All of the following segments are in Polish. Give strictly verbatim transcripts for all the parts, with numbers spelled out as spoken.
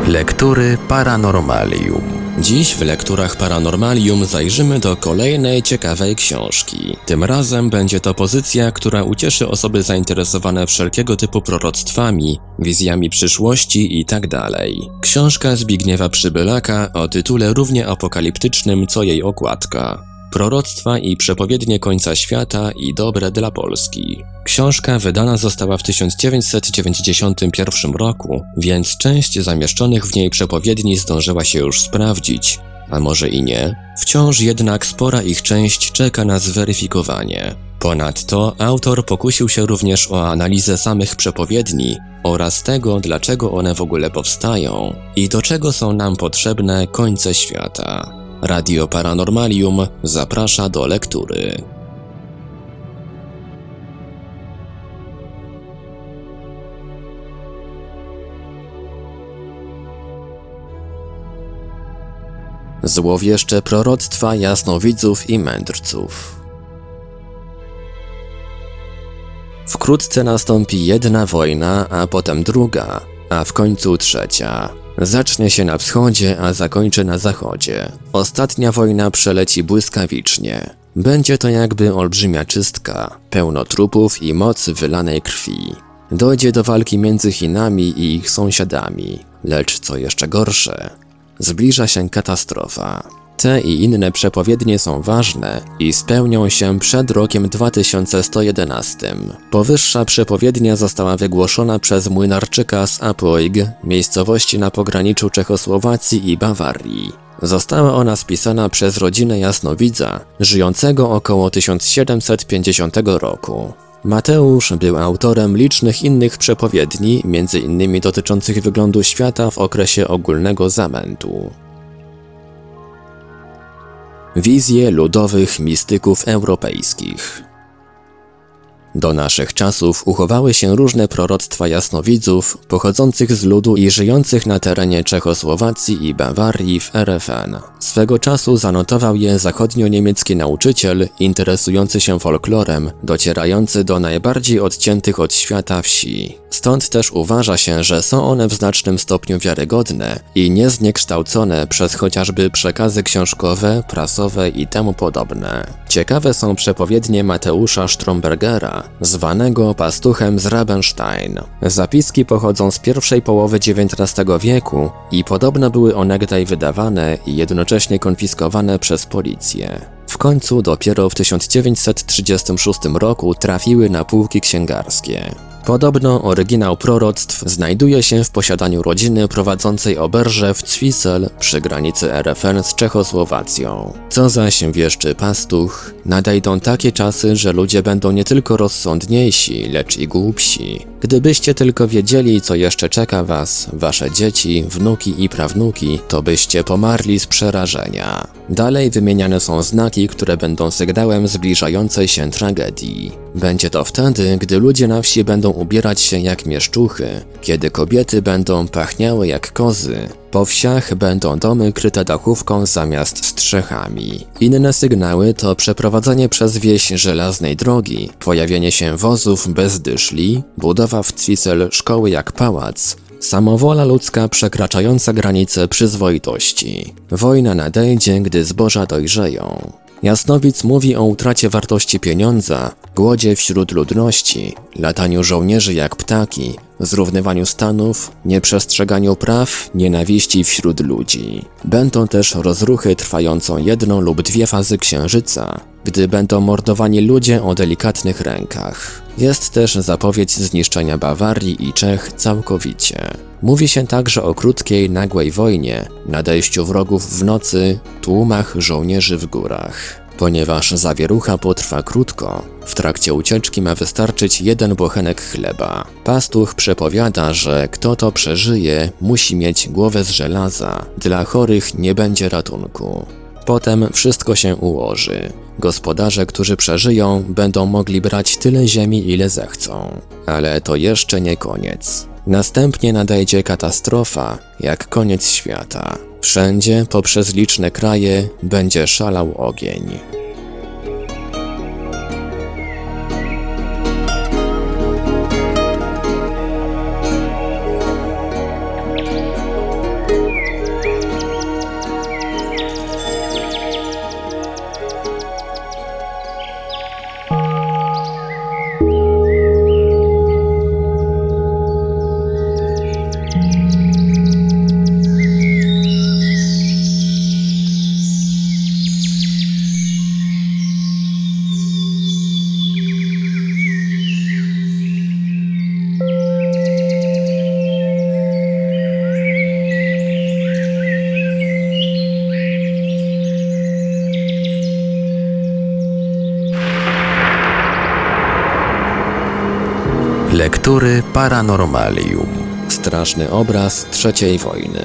Lektury Paranormalium. Dziś w Lekturach Paranormalium zajrzymy do kolejnej ciekawej książki. Tym razem będzie to pozycja, która ucieszy osoby zainteresowane wszelkiego typu proroctwami, wizjami przyszłości itd. Książka Zbigniewa Przybylaka o tytule równie apokaliptycznym co jej okładka. Proroctwa i przepowiednie końca świata i dobre dla Polski. Książka wydana została w tysiąc dziewięćset dziewięćdziesiątym pierwszym roku, więc część zamieszczonych w niej przepowiedni zdążyła się już sprawdzić, a może i nie. Wciąż jednak spora ich część czeka na zweryfikowanie. Ponadto autor pokusił się również o analizę samych przepowiedni oraz tego, dlaczego one w ogóle powstają i do czego są nam potrzebne końce świata. Radio Paranormalium zaprasza do lektury. Złowieszcze proroctwa jasnowidzów i mędrców. Wkrótce nastąpi jedna wojna, a potem druga, a w końcu trzecia. Zacznie się na wschodzie, a zakończy na zachodzie. Ostatnia wojna przeleci błyskawicznie. Będzie to jakby olbrzymia czystka, pełno trupów i mocy wylanej krwi. Dojdzie do walki między Chinami i ich sąsiadami, lecz co jeszcze gorsze, zbliża się katastrofa. Te i inne przepowiednie są ważne i spełnią się przed rokiem dwa tysiące sto jedenastym. Powyższa przepowiednia została wygłoszona przez młynarczyka z Apoig, miejscowości na pograniczu Czechosłowacji i Bawarii. Została ona spisana przez rodzinę jasnowidza, żyjącego około tysiąc siedemset pięćdziesiątego roku. Mateusz był autorem licznych innych przepowiedni, między innymi dotyczących wyglądu świata w okresie ogólnego zamętu. Wizje ludowych mistyków europejskich. Do naszych czasów uchowały się różne proroctwa jasnowidzów pochodzących z ludu i żyjących na terenie Czechosłowacji i Bawarii w R F N. Swego czasu zanotował je zachodnio-niemiecki nauczyciel interesujący się folklorem, docierający do najbardziej odciętych od świata wsi. Stąd też uważa się, że są one w znacznym stopniu wiarygodne i niezniekształcone przez chociażby przekazy książkowe, prasowe i temu podobne. Ciekawe są przepowiednie Mateusza Strombergera, zwanego pastuchem z Rabenstein. Zapiski pochodzą z pierwszej połowy dziewiętnastego wieku i podobno były onegdaj wydawane i jednocześnie konfiskowane przez policję. W końcu dopiero w tysiąc dziewięćset trzydziestym szóstym roku trafiły na półki księgarskie. Podobno oryginał proroctw znajduje się w posiadaniu rodziny prowadzącej oberżę w Zwisel przy granicy R F N z Czechosłowacją. Co zaś wieszczy pastuch, nadejdą takie czasy, że ludzie będą nie tylko rozsądniejsi, lecz i głupsi. Gdybyście tylko wiedzieli, co jeszcze czeka was, wasze dzieci, wnuki i prawnuki, to byście pomarli z przerażenia. Dalej wymieniane są znaki, które będą sygnałem zbliżającej się tragedii. Będzie to wtedy, gdy ludzie na wsi będą ubierać się jak mieszczuchy, kiedy kobiety będą pachniały jak kozy, po wsiach będą domy kryte dachówką zamiast strzechami. Inne sygnały to przeprowadzenie przez wieś żelaznej drogi, pojawienie się wozów bez dyszli, budowa w Zwisel szkoły jak pałac, samowola ludzka przekraczająca granice przyzwoitości. Wojna nadejdzie, gdy zboża dojrzeją. Jasnowic mówi o utracie wartości pieniądza, głodzie wśród ludności, lataniu żołnierzy jak ptaki, zrównywaniu stanów, nieprzestrzeganiu praw, nienawiści wśród ludzi. Będą też rozruchy trwającą jedną lub dwie fazy księżyca, gdy będą mordowani ludzie o delikatnych rękach. Jest też zapowiedź zniszczenia Bawarii i Czech całkowicie. Mówi się także o krótkiej, nagłej wojnie, nadejściu wrogów w nocy, tłumach żołnierzy w górach. Ponieważ zawierucha potrwa krótko, w trakcie ucieczki ma wystarczyć jeden bochenek chleba. Pastuch przepowiada, że kto to przeżyje, musi mieć głowę z żelaza, dla chorych nie będzie ratunku. Potem wszystko się ułoży. Gospodarze, którzy przeżyją, będą mogli brać tyle ziemi, ile zechcą. Ale to jeszcze nie koniec. Następnie nadejdzie katastrofa, jak koniec świata. Wszędzie, poprzez liczne kraje, będzie szalał ogień. Autory Paranormalium. Straszny obraz trzeciej wojny.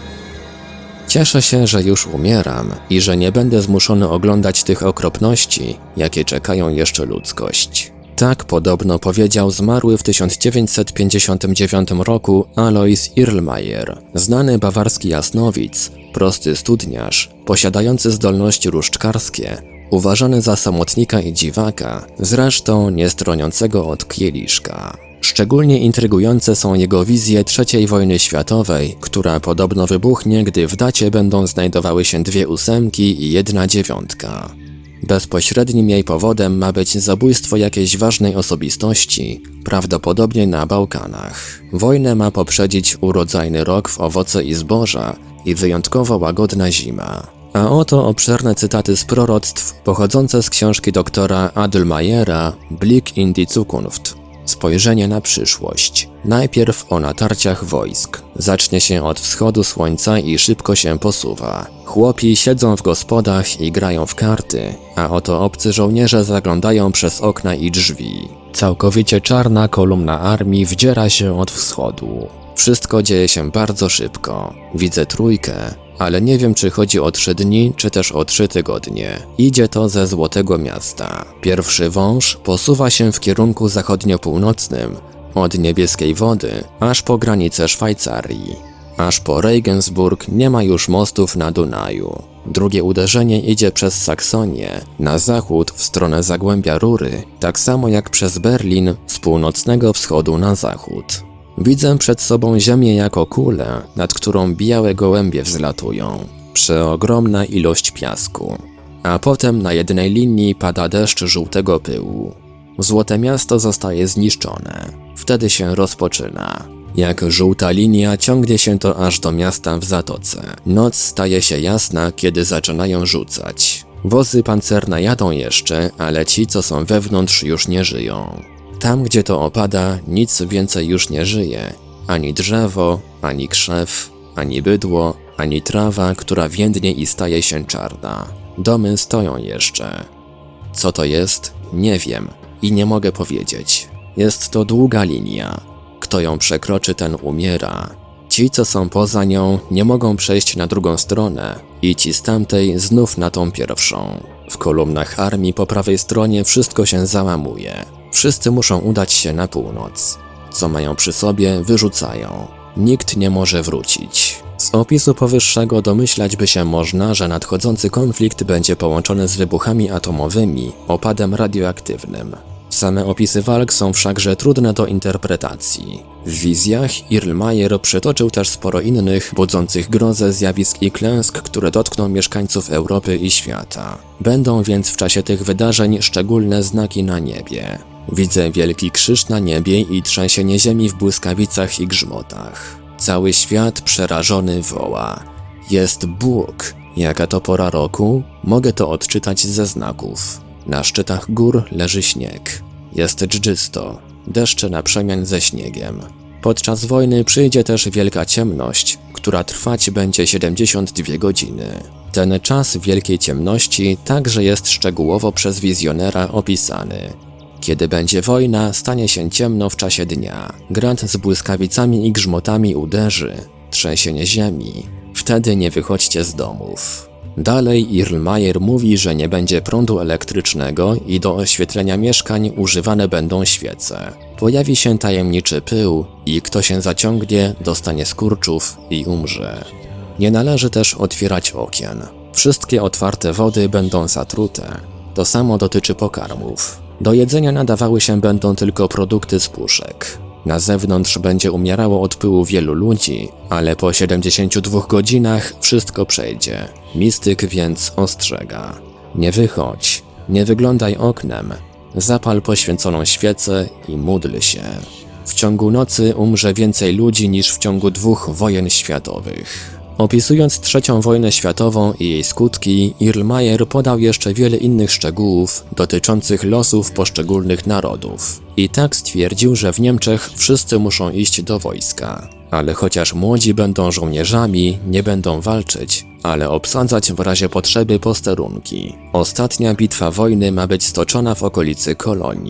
Cieszę się, że już umieram i że nie będę zmuszony oglądać tych okropności, jakie czekają jeszcze ludzkość. Tak podobno powiedział zmarły w tysiąc dziewięćset pięćdziesiątym dziewiątym roku Alois Irlmajer, znany bawarski jasnowic, prosty studniarz, posiadający zdolności różdżkarskie, uważany za samotnika i dziwaka, zresztą nie stroniącego od kieliszka. Szczególnie intrygujące są jego wizje trzeciej wojny światowej, która podobno wybuchnie, gdy w dacie będą znajdowały się dwie ósemki i jedna dziewiątka. Bezpośrednim jej powodem ma być zabójstwo jakiejś ważnej osobistości, prawdopodobnie na Bałkanach. Wojnę ma poprzedzić urodzajny rok w owoce i zboża i wyjątkowo łagodna zima. A oto obszerne cytaty z proroctw pochodzące z książki doktora Adelmajera Blick in die Zukunft. Spojrzenie na przyszłość. Najpierw o natarciach wojsk. Zacznie się od wschodu słońca i szybko się posuwa. Chłopi siedzą w gospodach i grają w karty, a oto obcy żołnierze zaglądają przez okna i drzwi. Całkowicie czarna kolumna armii wdziera się od wschodu. Wszystko dzieje się bardzo szybko. Widzę trójkę, ale nie wiem, czy chodzi o trzy dni, czy też o trzy tygodnie. Idzie to ze Złotego Miasta. Pierwszy wąż posuwa się w kierunku zachodnio-północnym, od Niebieskiej Wody, aż po granicę Szwajcarii. Aż po Regensburg nie ma już mostów na Dunaju. Drugie uderzenie idzie przez Saksonię, na zachód w stronę Zagłębia Rury, tak samo jak przez Berlin z północnego wschodu na zachód. Widzę przed sobą ziemię jako kulę, nad którą białe gołębie wzlatują. Przeogromna ilość piasku. A potem na jednej linii pada deszcz żółtego pyłu. Złote Miasto zostaje zniszczone. Wtedy się rozpoczyna. Jak żółta linia ciągnie się to aż do miasta w zatoce. Noc staje się jasna, kiedy zaczynają rzucać. Wozy pancerne jadą jeszcze, ale ci, co są wewnątrz, już nie żyją. Tam, gdzie to opada, nic więcej już nie żyje. Ani drzewo, ani krzew, ani bydło, ani trawa, która więdnie i staje się czarna. Domy stoją jeszcze. Co to jest? Nie wiem i nie mogę powiedzieć. Jest to długa linia. Kto ją przekroczy, ten umiera. Ci, co są poza nią, nie mogą przejść na drugą stronę i ci z tamtej znów na tą pierwszą. W kolumnach armii po prawej stronie wszystko się załamuje. Wszyscy muszą udać się na północ. Co mają przy sobie, wyrzucają. Nikt nie może wrócić. Z opisu powyższego domyślać by się można, że nadchodzący konflikt będzie połączony z wybuchami atomowymi, opadem radioaktywnym. Same opisy walk są wszakże trudne do interpretacji. W wizjach Irlmajer przytoczył też sporo innych, budzących grozę zjawisk i klęsk, które dotkną mieszkańców Europy i świata. Będą więc w czasie tych wydarzeń szczególne znaki na niebie. Widzę wielki krzyż na niebie i trzęsienie ziemi w błyskawicach i grzmotach. Cały świat przerażony woła: jest Bóg! Jaka to pora roku? Mogę to odczytać ze znaków. Na szczytach gór leży śnieg. Jest dżdżysto. Deszcze na przemian ze śniegiem. Podczas wojny przyjdzie też wielka ciemność, która trwać będzie siedemdziesiąt dwie godziny. Ten czas wielkiej ciemności także jest szczegółowo przez wizjonera opisany. Kiedy będzie wojna, stanie się ciemno w czasie dnia. Grad z błyskawicami i grzmotami uderzy. Trzęsienie ziemi. Wtedy nie wychodźcie z domów. Dalej Irlmajer mówi, że nie będzie prądu elektrycznego i do oświetlenia mieszkań używane będą świece. Pojawi się tajemniczy pył i kto się zaciągnie, dostanie skurczów i umrze. Nie należy też otwierać okien. Wszystkie otwarte wody będą zatrute. To samo dotyczy pokarmów. Do jedzenia nadawały się będą tylko produkty z puszek. Na zewnątrz będzie umierało od pyłu wielu ludzi, ale po siedemdziesięciu dwóch godzinach wszystko przejdzie. Mistyk więc ostrzega: nie wychodź, nie wyglądaj oknem, zapal poświęconą świecę i módl się. W ciągu nocy umrze więcej ludzi niż w ciągu dwóch wojen światowych. Opisując trzecią wojnę światową i jej skutki, Irlmajer podał jeszcze wiele innych szczegółów dotyczących losów poszczególnych narodów. I tak stwierdził, że w Niemczech wszyscy muszą iść do wojska. Ale chociaż młodzi będą żołnierzami, nie będą walczyć, ale obsadzać w razie potrzeby posterunki. Ostatnia bitwa wojny ma być stoczona w okolicy Kolonii.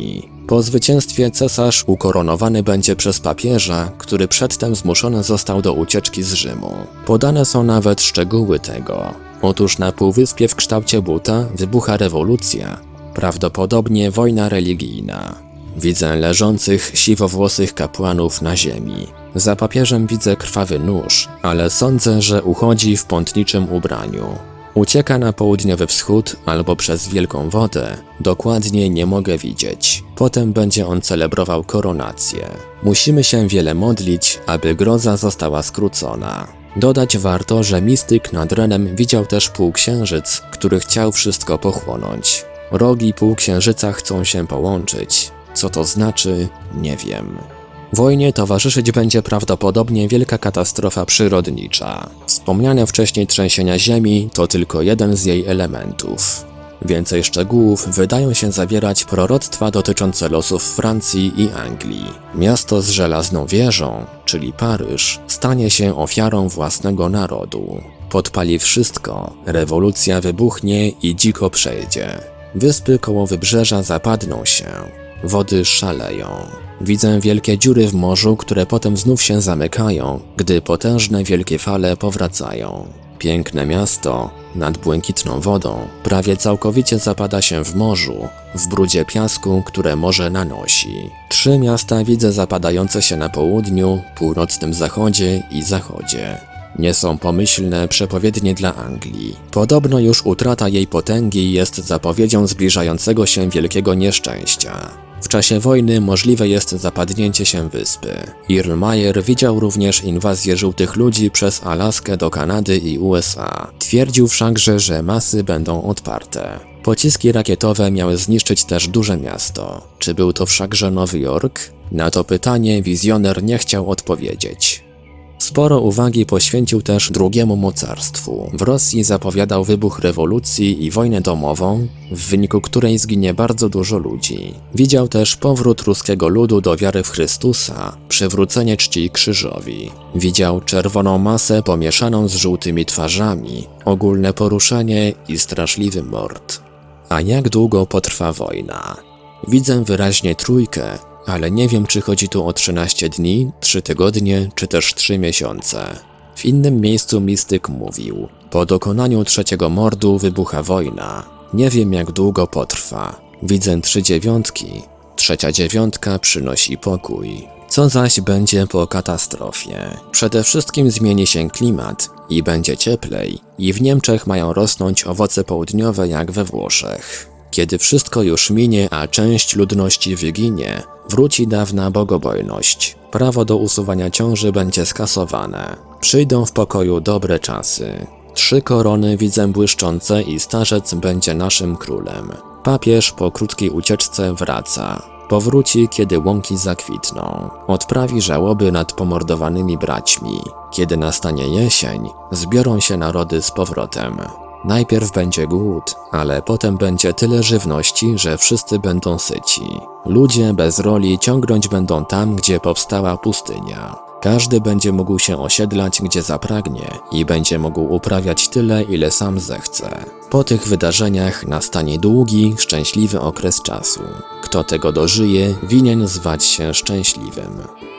Po zwycięstwie cesarz ukoronowany będzie przez papieża, który przedtem zmuszony został do ucieczki z Rzymu. Podane są nawet szczegóły tego. Otóż na półwyspie w kształcie buta wybucha rewolucja, prawdopodobnie wojna religijna. Widzę leżących, siwowłosych kapłanów na ziemi. Za papieżem widzę krwawy nóż, ale sądzę, że uchodzi w pątniczym ubraniu. Ucieka na południowy wschód albo przez wielką wodę, dokładnie nie mogę widzieć. Potem będzie on celebrował koronację. Musimy się wiele modlić, aby groza została skrócona. Dodać warto, że mistyk nad Renem widział też półksiężyc, który chciał wszystko pochłonąć. Rogi półksiężyca chcą się połączyć. Co to znaczy? Nie wiem. Wojnie towarzyszyć będzie prawdopodobnie wielka katastrofa przyrodnicza. Wspomniane wcześniej trzęsienia ziemi to tylko jeden z jej elementów. Więcej szczegółów wydają się zawierać proroctwa dotyczące losów Francji i Anglii. Miasto z żelazną wieżą, czyli Paryż, stanie się ofiarą własnego narodu. Podpali wszystko, rewolucja wybuchnie i dziko przejdzie. Wyspy koło wybrzeża zapadną się. Wody szaleją. Widzę wielkie dziury w morzu, które potem znów się zamykają, gdy potężne wielkie fale powracają. Piękne miasto, nad błękitną wodą, prawie całkowicie zapada się w morzu, w brudzie piasku, które morze nanosi. Trzy miasta widzę zapadające się na południu, północnym zachodzie i zachodzie. Nie są pomyślne przepowiednie dla Anglii. Podobno już utrata jej potęgi jest zapowiedzią zbliżającego się wielkiego nieszczęścia. W czasie wojny możliwe jest zapadnięcie się wyspy. Erlenmeyer widział również inwazję żółtych ludzi przez Alaskę do Kanady i U S A. Twierdził wszakże, że masy będą odparte. Pociski rakietowe miały zniszczyć też duże miasto. Czy był to wszakże Nowy Jork? Na to pytanie wizjoner nie chciał odpowiedzieć. Sporo uwagi poświęcił też drugiemu mocarstwu. W Rosji zapowiadał wybuch rewolucji i wojnę domową, w wyniku której zginie bardzo dużo ludzi. Widział też powrót ruskiego ludu do wiary w Chrystusa, przywrócenie czci krzyżowi. Widział czerwoną masę pomieszaną z żółtymi twarzami, ogólne poruszenie i straszliwy mord. A jak długo potrwa wojna? Widzę wyraźnie trójkę, ale nie wiem, czy chodzi tu o trzynaście dni, trzy tygodnie, czy też trzy miesiące. W innym miejscu mistyk mówił: po dokonaniu trzeciego mordu wybucha wojna. Nie wiem, jak długo potrwa. Widzę trzy dziewiątki. Trzecia dziewiątka przynosi pokój. Co zaś będzie po katastrofie? Przede wszystkim zmieni się klimat i będzie cieplej, i w Niemczech mają rosnąć owoce południowe jak we Włoszech. Kiedy wszystko już minie, a część ludności wyginie, wróci dawna bogobojność. Prawo do usuwania ciąży będzie skasowane. Przyjdą w pokoju dobre czasy. Trzy korony widzę błyszczące i starzec będzie naszym królem. Papież po krótkiej ucieczce wraca. Powróci, kiedy łąki zakwitną. Odprawi żałoby nad pomordowanymi braćmi. Kiedy nastanie jesień, zbiorą się narody z powrotem. Najpierw będzie głód, ale potem będzie tyle żywności, że wszyscy będą syci. Ludzie bez roli ciągnąć będą tam, gdzie powstała pustynia. Każdy będzie mógł się osiedlać, gdzie zapragnie i będzie mógł uprawiać tyle, ile sam zechce. Po tych wydarzeniach nastanie długi, szczęśliwy okres czasu. Kto tego dożyje, winien zwać się szczęśliwym.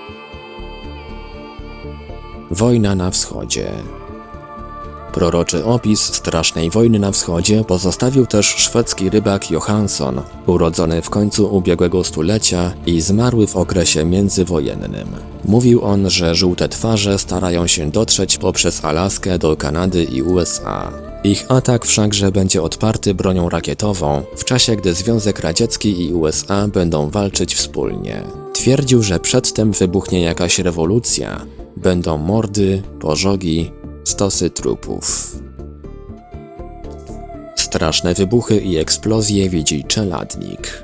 Wojna na wschodzie. Proroczy opis strasznej wojny na wschodzie pozostawił też szwedzki rybak Johansson, urodzony w końcu ubiegłego stulecia i zmarły w okresie międzywojennym. Mówił on, że żółte twarze starają się dotrzeć poprzez Alaskę do Kanady i U S A. Ich atak wszakże będzie odparty bronią rakietową, w czasie gdy Związek Radziecki i U S A będą walczyć wspólnie. Twierdził, że przedtem wybuchnie jakaś rewolucja, będą mordy, pożogi, stosy trupów. Straszne wybuchy i eksplozje widzi czeladnik.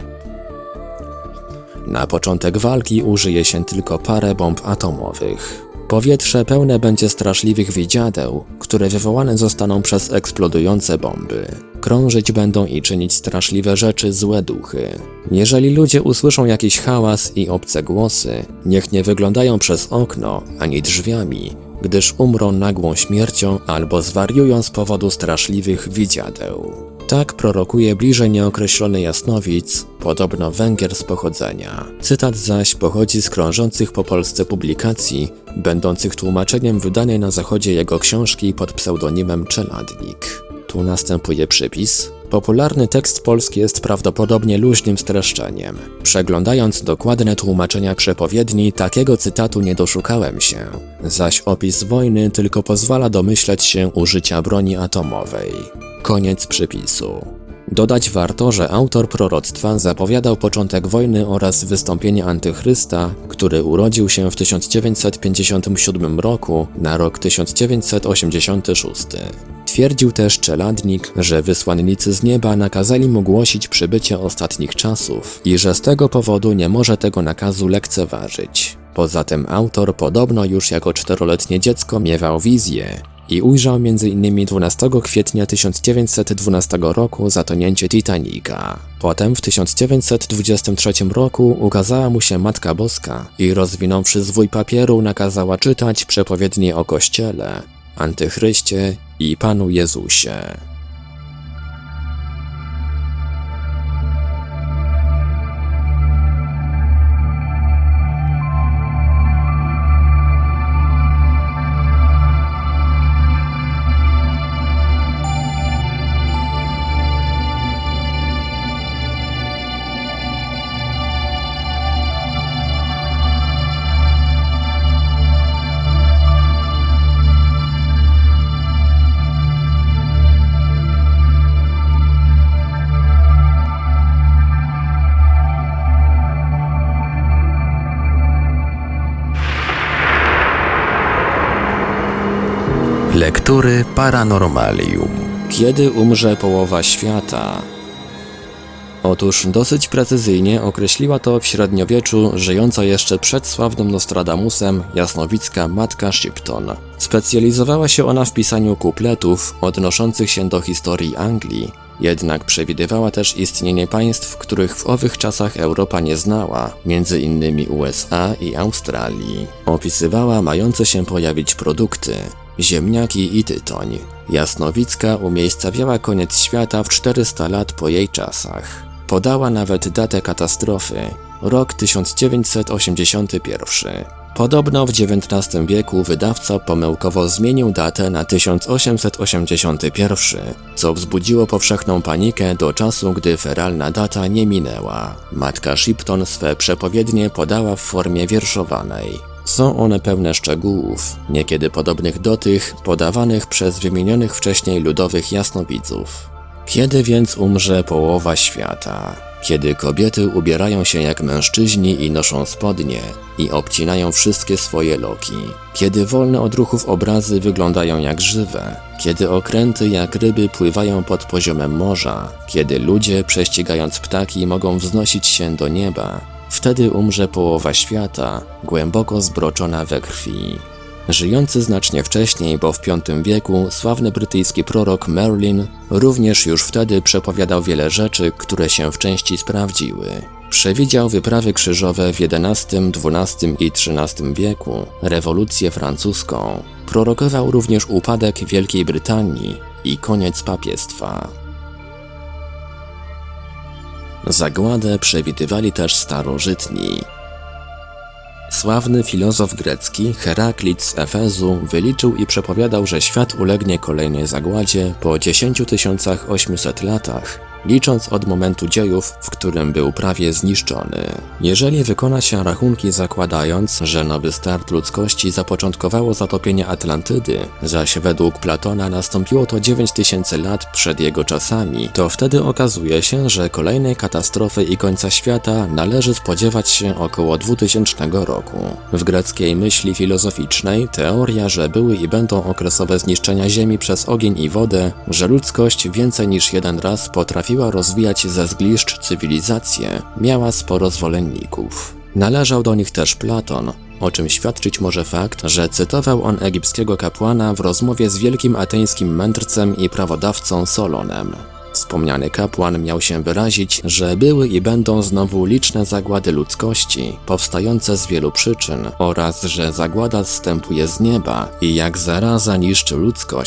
Na początek walki użyje się tylko parę bomb atomowych. Powietrze pełne będzie straszliwych widziadeł, które wywołane zostaną przez eksplodujące bomby. Krążyć będą i czynić straszliwe rzeczy złe duchy. Jeżeli ludzie usłyszą jakiś hałas i obce głosy, niech nie wyglądają przez okno ani drzwiami, gdyż umrą nagłą śmiercią albo zwariują z powodu straszliwych widziadeł. Tak prorokuje bliżej nieokreślony jasnowic, podobno Węgier z pochodzenia. Cytat zaś pochodzi z krążących po Polsce publikacji, będących tłumaczeniem wydanej na zachodzie jego książki pod pseudonimem Czeladnik. Tu następuje przypis. Popularny tekst polski jest prawdopodobnie luźnym streszczeniem. Przeglądając dokładne tłumaczenia przepowiedni, takiego cytatu nie doszukałem się, zaś opis wojny tylko pozwala domyśleć się użycia broni atomowej. Koniec przypisu. Dodać warto, że autor proroctwa zapowiadał początek wojny oraz wystąpienie Antychrysta, który urodził się w tysiąc dziewięćset pięćdziesiątym siódmym roku na rok tysiąc dziewięćset osiemdziesiąty szósty. Twierdził też Czeladnik, że wysłannicy z nieba nakazali mu głosić przybycie ostatnich czasów i że z tego powodu nie może tego nakazu lekceważyć. Poza tym autor podobno już jako czteroletnie dziecko miewał wizję i ujrzał między innymi dwunastego kwietnia tysiąc dziewięćset dwunastego roku zatonięcie Titanica. Potem w tysiąc dziewięćset dwudziestym trzecim roku ukazała mu się Matka Boska i rozwinąwszy zwój papieru nakazała czytać przepowiednie o Kościele, Antychryście i Panu Jezusie. Lektury Paranormalium. Kiedy umrze połowa świata? Otóż dosyć precyzyjnie określiła to w średniowieczu żyjąca jeszcze przed sławnym Nostradamusem jasnowicka matka Shipton. Specjalizowała się ona w pisaniu kupletów odnoszących się do historii Anglii, jednak przewidywała też istnienie państw, których w owych czasach Europa nie znała, między innymi U S A i Australii. Opisywała mające się pojawić produkty, ziemniaki i tytoń. Jasnowicka umiejscawiała koniec świata w czterysta lat po jej czasach. Podała nawet datę katastrofy, rok tysiąc dziewięćset osiemdziesiąty pierwszy. Podobno w dziewiętnastym wieku wydawca pomyłkowo zmienił datę na tysiąc osiemset osiemdziesiąty pierwszy, co wzbudziło powszechną panikę do czasu, gdy feralna data nie minęła. Matka Shipton swe przepowiednie podała w formie wierszowanej. Są one pełne szczegółów, niekiedy podobnych do tych podawanych przez wymienionych wcześniej ludowych jasnowidzów. Kiedy więc umrze połowa świata? Kiedy kobiety ubierają się jak mężczyźni i noszą spodnie i obcinają wszystkie swoje loki. Kiedy wolne od ruchów obrazy wyglądają jak żywe. Kiedy okręty jak ryby pływają pod poziomem morza. Kiedy ludzie, prześcigając ptaki, mogą wznosić się do nieba. Wtedy umrze połowa świata, głęboko zbroczona we krwi. Żyjący znacznie wcześniej, bo w piątym wieku, sławny brytyjski prorok Merlin również już wtedy przepowiadał wiele rzeczy, które się w części sprawdziły. Przewidział wyprawy krzyżowe w jedenastym, dwunastym i trzynastym wieku, rewolucję francuską. Prorokował również upadek Wielkiej Brytanii i koniec papiestwa. Zagładę przewidywali też starożytni. Sławny filozof grecki Heraklit z Efezu wyliczył i przepowiadał, że świat ulegnie kolejnej zagładzie po dziesięciu tysiącach ośmiuset latach, licząc od momentu dziejów, w którym był prawie zniszczony. Jeżeli wykona się rachunki zakładając, że nowy start ludzkości zapoczątkowało zatopienie Atlantydy, zaś według Platona nastąpiło to dziewięć tysięcy lat przed jego czasami, to wtedy okazuje się, że kolejnej katastrofy i końca świata należy spodziewać się około dwutysięcznego roku. W greckiej myśli filozoficznej teoria, że były i będą okresowe zniszczenia Ziemi przez ogień i wodę, że ludzkość więcej niż jeden raz potrafi rozwijać ze zgliszcz cywilizację, miała sporo zwolenników. Należał do nich też Platon, o czym świadczyć może fakt, że cytował on egipskiego kapłana w rozmowie z wielkim ateńskim mędrcem i prawodawcą Solonem. Wspomniany kapłan miał się wyrazić, że były i będą znowu liczne zagłady ludzkości, powstające z wielu przyczyn, oraz że zagłada zstępuje z nieba i jak zaraza niszczy ludzkość,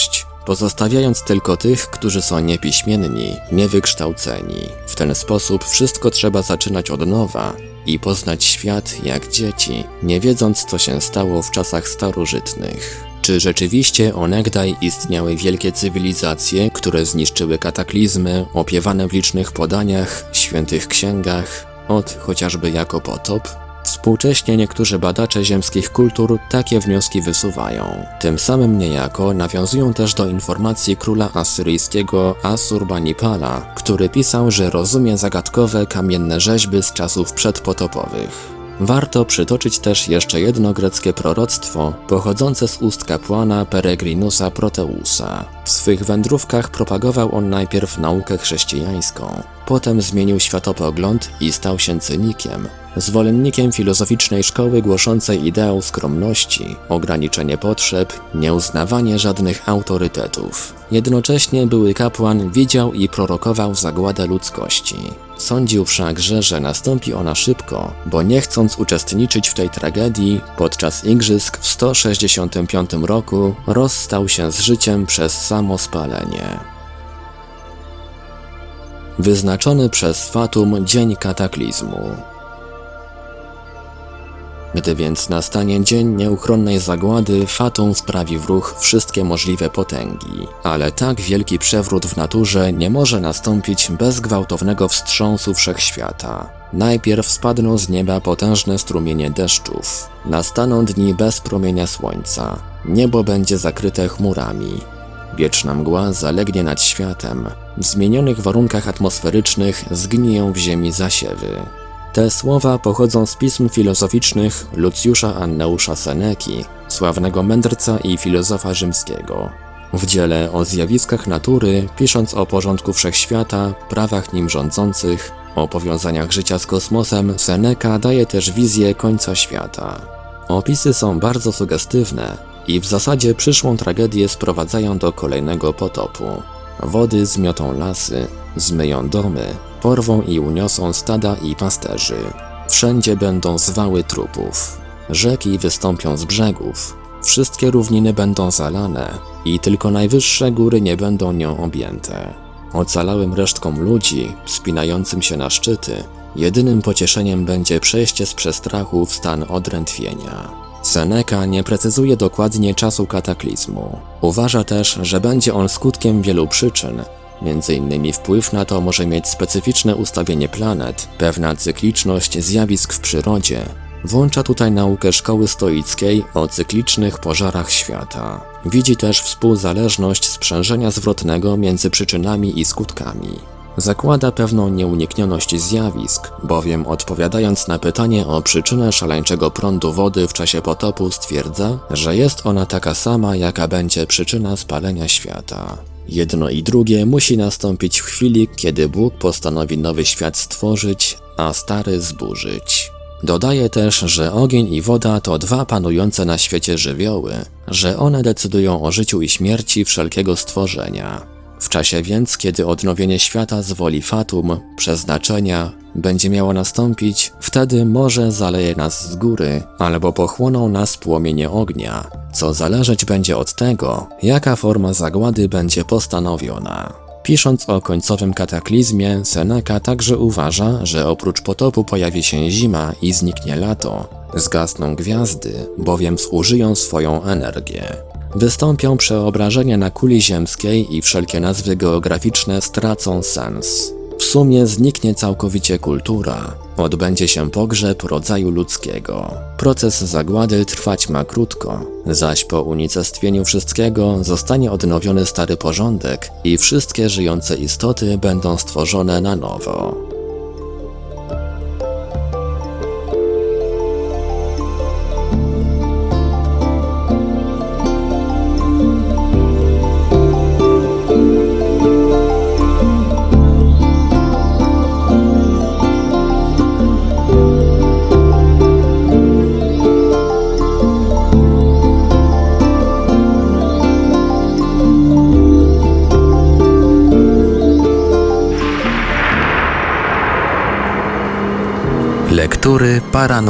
pozostawiając tylko tych, którzy są niepiśmienni, niewykształceni. W ten sposób wszystko trzeba zaczynać od nowa i poznać świat jak dzieci, nie wiedząc, co się stało w czasach starożytnych. Czy rzeczywiście onegdaj istniały wielkie cywilizacje, które zniszczyły kataklizmy opiewane w licznych podaniach, świętych księgach, od chociażby jako potop? Współcześnie niektórzy badacze ziemskich kultur takie wnioski wysuwają. Tym samym niejako nawiązują też do informacji króla asyryjskiego Assurbanipala, który pisał, że rozumie zagadkowe kamienne rzeźby z czasów przedpotopowych. Warto przytoczyć też jeszcze jedno greckie proroctwo pochodzące z ust kapłana Peregrinusa Proteusa. W swych wędrówkach propagował on najpierw naukę chrześcijańską, potem zmienił światopogląd i stał się cynikiem, zwolennikiem filozoficznej szkoły głoszącej ideał skromności, ograniczenie potrzeb, nieuznawanie żadnych autorytetów. Jednocześnie były kapłan widział i prorokował zagładę ludzkości. Sądził wszakże, że nastąpi ona szybko, bo nie chcąc uczestniczyć w tej tragedii, podczas igrzysk w sto sześćdziesiątym piątym roku rozstał się z życiem przez samo spalenie. Wyznaczony przez Fatum dzień kataklizmu. Gdy więc nastanie dzień nieuchronnej zagłady, Fatum wprawi w ruch wszystkie możliwe potęgi. Ale tak wielki przewrót w naturze nie może nastąpić bez gwałtownego wstrząsu wszechświata. Najpierw spadną z nieba potężne strumienie deszczów. Nastaną dni bez promienia słońca. Niebo będzie zakryte chmurami. Wieczna mgła zalegnie nad światem. W zmienionych warunkach atmosferycznych zgniją w ziemi zasiewy. Te słowa pochodzą z pism filozoficznych Lucjusza Anneusza Seneki, sławnego mędrca i filozofa rzymskiego. W dziele o zjawiskach natury, pisząc o porządku wszechświata, prawach nim rządzących, o powiązaniach życia z kosmosem, Seneca daje też wizję końca świata. Opisy są bardzo sugestywne i w zasadzie przyszłą tragedię sprowadzają do kolejnego potopu. Wody zmiotą lasy, zmyją domy, porwą i uniosą stada i pasterzy. Wszędzie będą zwały trupów. Rzeki wystąpią z brzegów. Wszystkie równiny będą zalane i tylko najwyższe góry nie będą nią objęte. Ocalałym resztkom ludzi, wspinającym się na szczyty, jedynym pocieszeniem będzie przejście z przestrachu w stan odrętwienia. Seneca nie precyzuje dokładnie czasu kataklizmu. Uważa też, że będzie on skutkiem wielu przyczyn. Między innymi wpływ na to może mieć specyficzne ustawienie planet, pewna cykliczność zjawisk w przyrodzie. Włącza tutaj naukę szkoły stoickiej o cyklicznych pożarach świata. Widzi też współzależność sprzężenia zwrotnego między przyczynami i skutkami. Zakłada pewną nieuniknioność zjawisk, bowiem odpowiadając na pytanie o przyczynę szaleńczego prądu wody w czasie potopu stwierdza, że jest ona taka sama, jaka będzie przyczyna spalenia świata. Jedno i drugie musi nastąpić w chwili, kiedy Bóg postanowi nowy świat stworzyć, a stary zburzyć. Dodaje też, że ogień i woda to dwa panujące na świecie żywioły, że one decydują o życiu i śmierci wszelkiego stworzenia. W czasie więc, kiedy odnowienie świata z woli Fatum, przeznaczenia, będzie miało nastąpić, wtedy morze zaleje nas z góry, albo pochłoną nas płomienie ognia, co zależeć będzie od tego, jaka forma zagłady będzie postanowiona. Pisząc o końcowym kataklizmie, Seneca także uważa, że oprócz potopu pojawi się zima i zniknie lato. Zgasną gwiazdy, bowiem zużyją swoją energię. Wystąpią przeobrażenia na kuli ziemskiej i wszelkie nazwy geograficzne stracą sens. W sumie zniknie całkowicie kultura. Odbędzie się pogrzeb rodzaju ludzkiego. Proces zagłady trwać ma krótko, zaś po unicestwieniu wszystkiego zostanie odnowiony stary porządek i wszystkie żyjące istoty będą stworzone na nowo. Lektury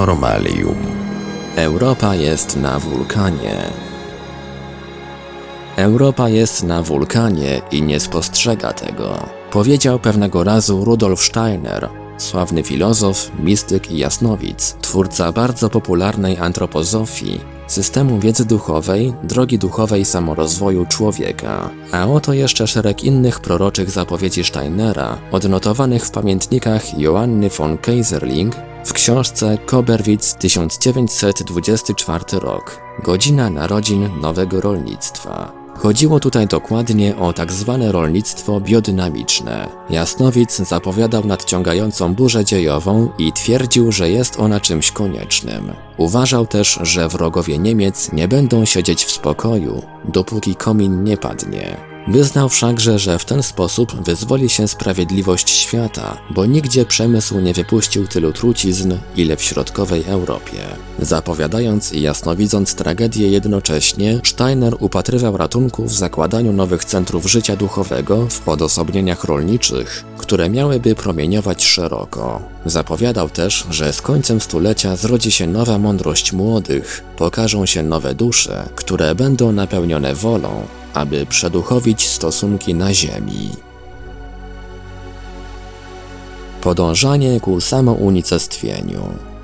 Paranormalium. Europa jest na wulkanie. Europa jest na wulkanie i nie spostrzega tego, powiedział pewnego razu Rudolf Steiner, sławny filozof, mistyk i jasnowidz, twórca bardzo popularnej antropozofii, systemu wiedzy duchowej, drogi duchowej samorozwoju człowieka. A oto jeszcze szereg innych proroczych zapowiedzi Steinera, odnotowanych w pamiętnikach Joanny von Keyserling w książce Koberwitz tysiąc dziewięćset dwudziesty czwarty rok. Godzina narodzin nowego rolnictwa. Chodziło tutaj dokładnie o tak zwane rolnictwo biodynamiczne. Jasnowic zapowiadał nadciągającą burzę dziejową i twierdził, że jest ona czymś koniecznym. Uważał też, że wrogowie Niemiec nie będą siedzieć w spokoju, dopóki komin nie padnie. Wyznał wszakże, że w ten sposób wyzwoli się sprawiedliwość świata, bo nigdzie przemysł nie wypuścił tylu trucizn, ile w środkowej Europie. Zapowiadając i jasnowidząc tragedię jednocześnie, Steiner upatrywał ratunku w zakładaniu nowych centrów życia duchowego w odosobnieniach rolniczych, które miałyby promieniować szeroko. Zapowiadał też, że z końcem stulecia zrodzi się nowa mądrość młodych, pokażą się nowe dusze, które będą napełnione wolą, aby przeduchowić stosunki na ziemi. Podążanie ku samounicestwieniu.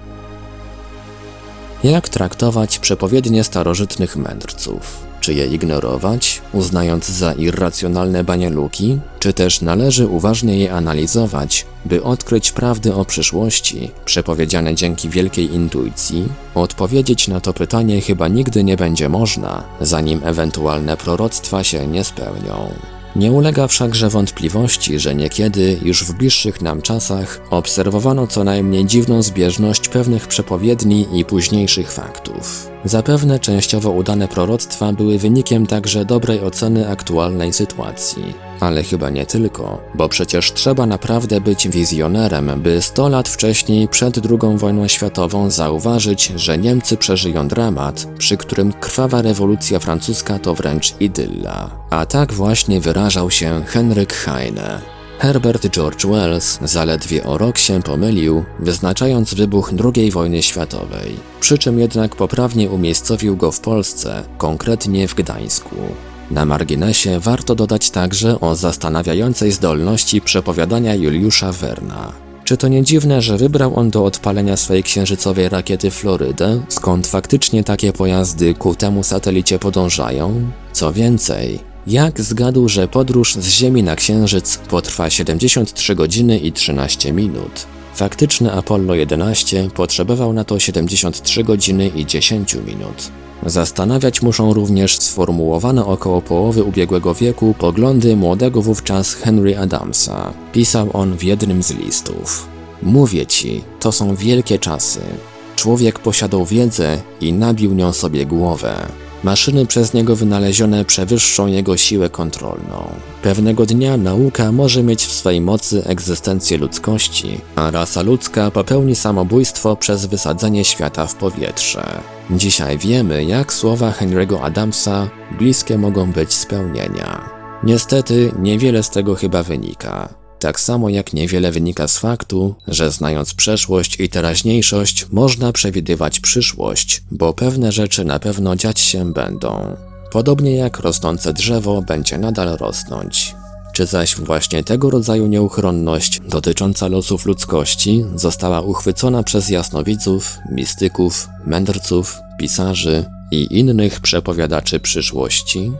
Jak traktować przepowiednie starożytnych mędrców? Czy je ignorować, uznając za irracjonalne banieluki, czy też należy uważnie je analizować, by odkryć prawdy o przyszłości, przepowiedziane dzięki wielkiej intuicji? Odpowiedzieć na to pytanie chyba nigdy nie będzie można, zanim ewentualne proroctwa się nie spełnią. Nie ulega wszakże wątpliwości, że niekiedy, już w bliższych nam czasach, obserwowano co najmniej dziwną zbieżność pewnych przepowiedni i późniejszych faktów. Zapewne częściowo udane proroctwa były wynikiem także dobrej oceny aktualnej sytuacji. Ale chyba nie tylko, bo przecież trzeba naprawdę być wizjonerem, by sto lat wcześniej, przed drugą wojną światową, zauważyć, że Niemcy przeżyją dramat, przy którym krwawa rewolucja francuska to wręcz idylla. A tak właśnie wyrażał się Henryk Heine. Herbert George Wells zaledwie o rok się pomylił, wyznaczając wybuch drugiej wojny światowej, przy czym jednak poprawnie umiejscowił go w Polsce, konkretnie w Gdańsku. Na marginesie warto dodać także o zastanawiającej zdolności przepowiadania Juliusza Werna. Czy to nie dziwne, że wybrał on do odpalenia swojej księżycowej rakiety Florydę, skąd faktycznie takie pojazdy ku temu satelicie podążają? Co więcej, jak zgadł, że podróż z Ziemi na Księżyc potrwa siedemdziesiąt trzy godziny i trzynaście minut? Faktyczny Apollo jedenaście potrzebował na to siedemdziesiąt trzy godziny i dziesięć minut. Zastanawiać muszą również sformułowane około połowy ubiegłego wieku poglądy młodego wówczas Henry Adamsa. Pisał on w jednym z listów. Mówię ci, to są wielkie czasy. Człowiek posiadał wiedzę i nabił nią sobie głowę. Maszyny przez niego wynalezione przewyższą jego siłę kontrolną. Pewnego dnia nauka może mieć w swej mocy egzystencję ludzkości, a rasa ludzka popełni samobójstwo przez wysadzenie świata w powietrze. Dzisiaj wiemy, jak słowa Henry'ego Adamsa bliskie mogą być spełnienia. Niestety, niewiele z tego chyba wynika. Tak samo jak niewiele wynika z faktu, że znając przeszłość i teraźniejszość, można przewidywać przyszłość, bo pewne rzeczy na pewno dziać się będą. Podobnie jak rosnące drzewo będzie nadal rosnąć. Czy zaś właśnie tego rodzaju nieuchronność dotycząca losów ludzkości została uchwycona przez jasnowidzów, mistyków, mędrców, pisarzy i innych przepowiadaczy przyszłości?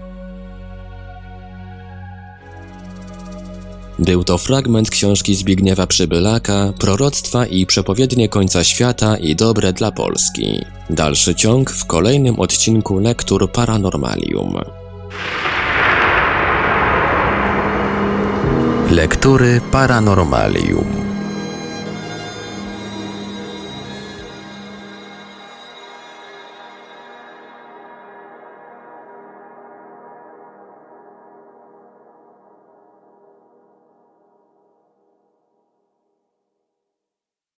Był to fragment książki Zbigniewa Przybylaka, Proroctwa i przepowiednie końca świata i dobre dla Polski. Dalszy ciąg w kolejnym odcinku Lektur Paranormalium. Lektury Paranormalium.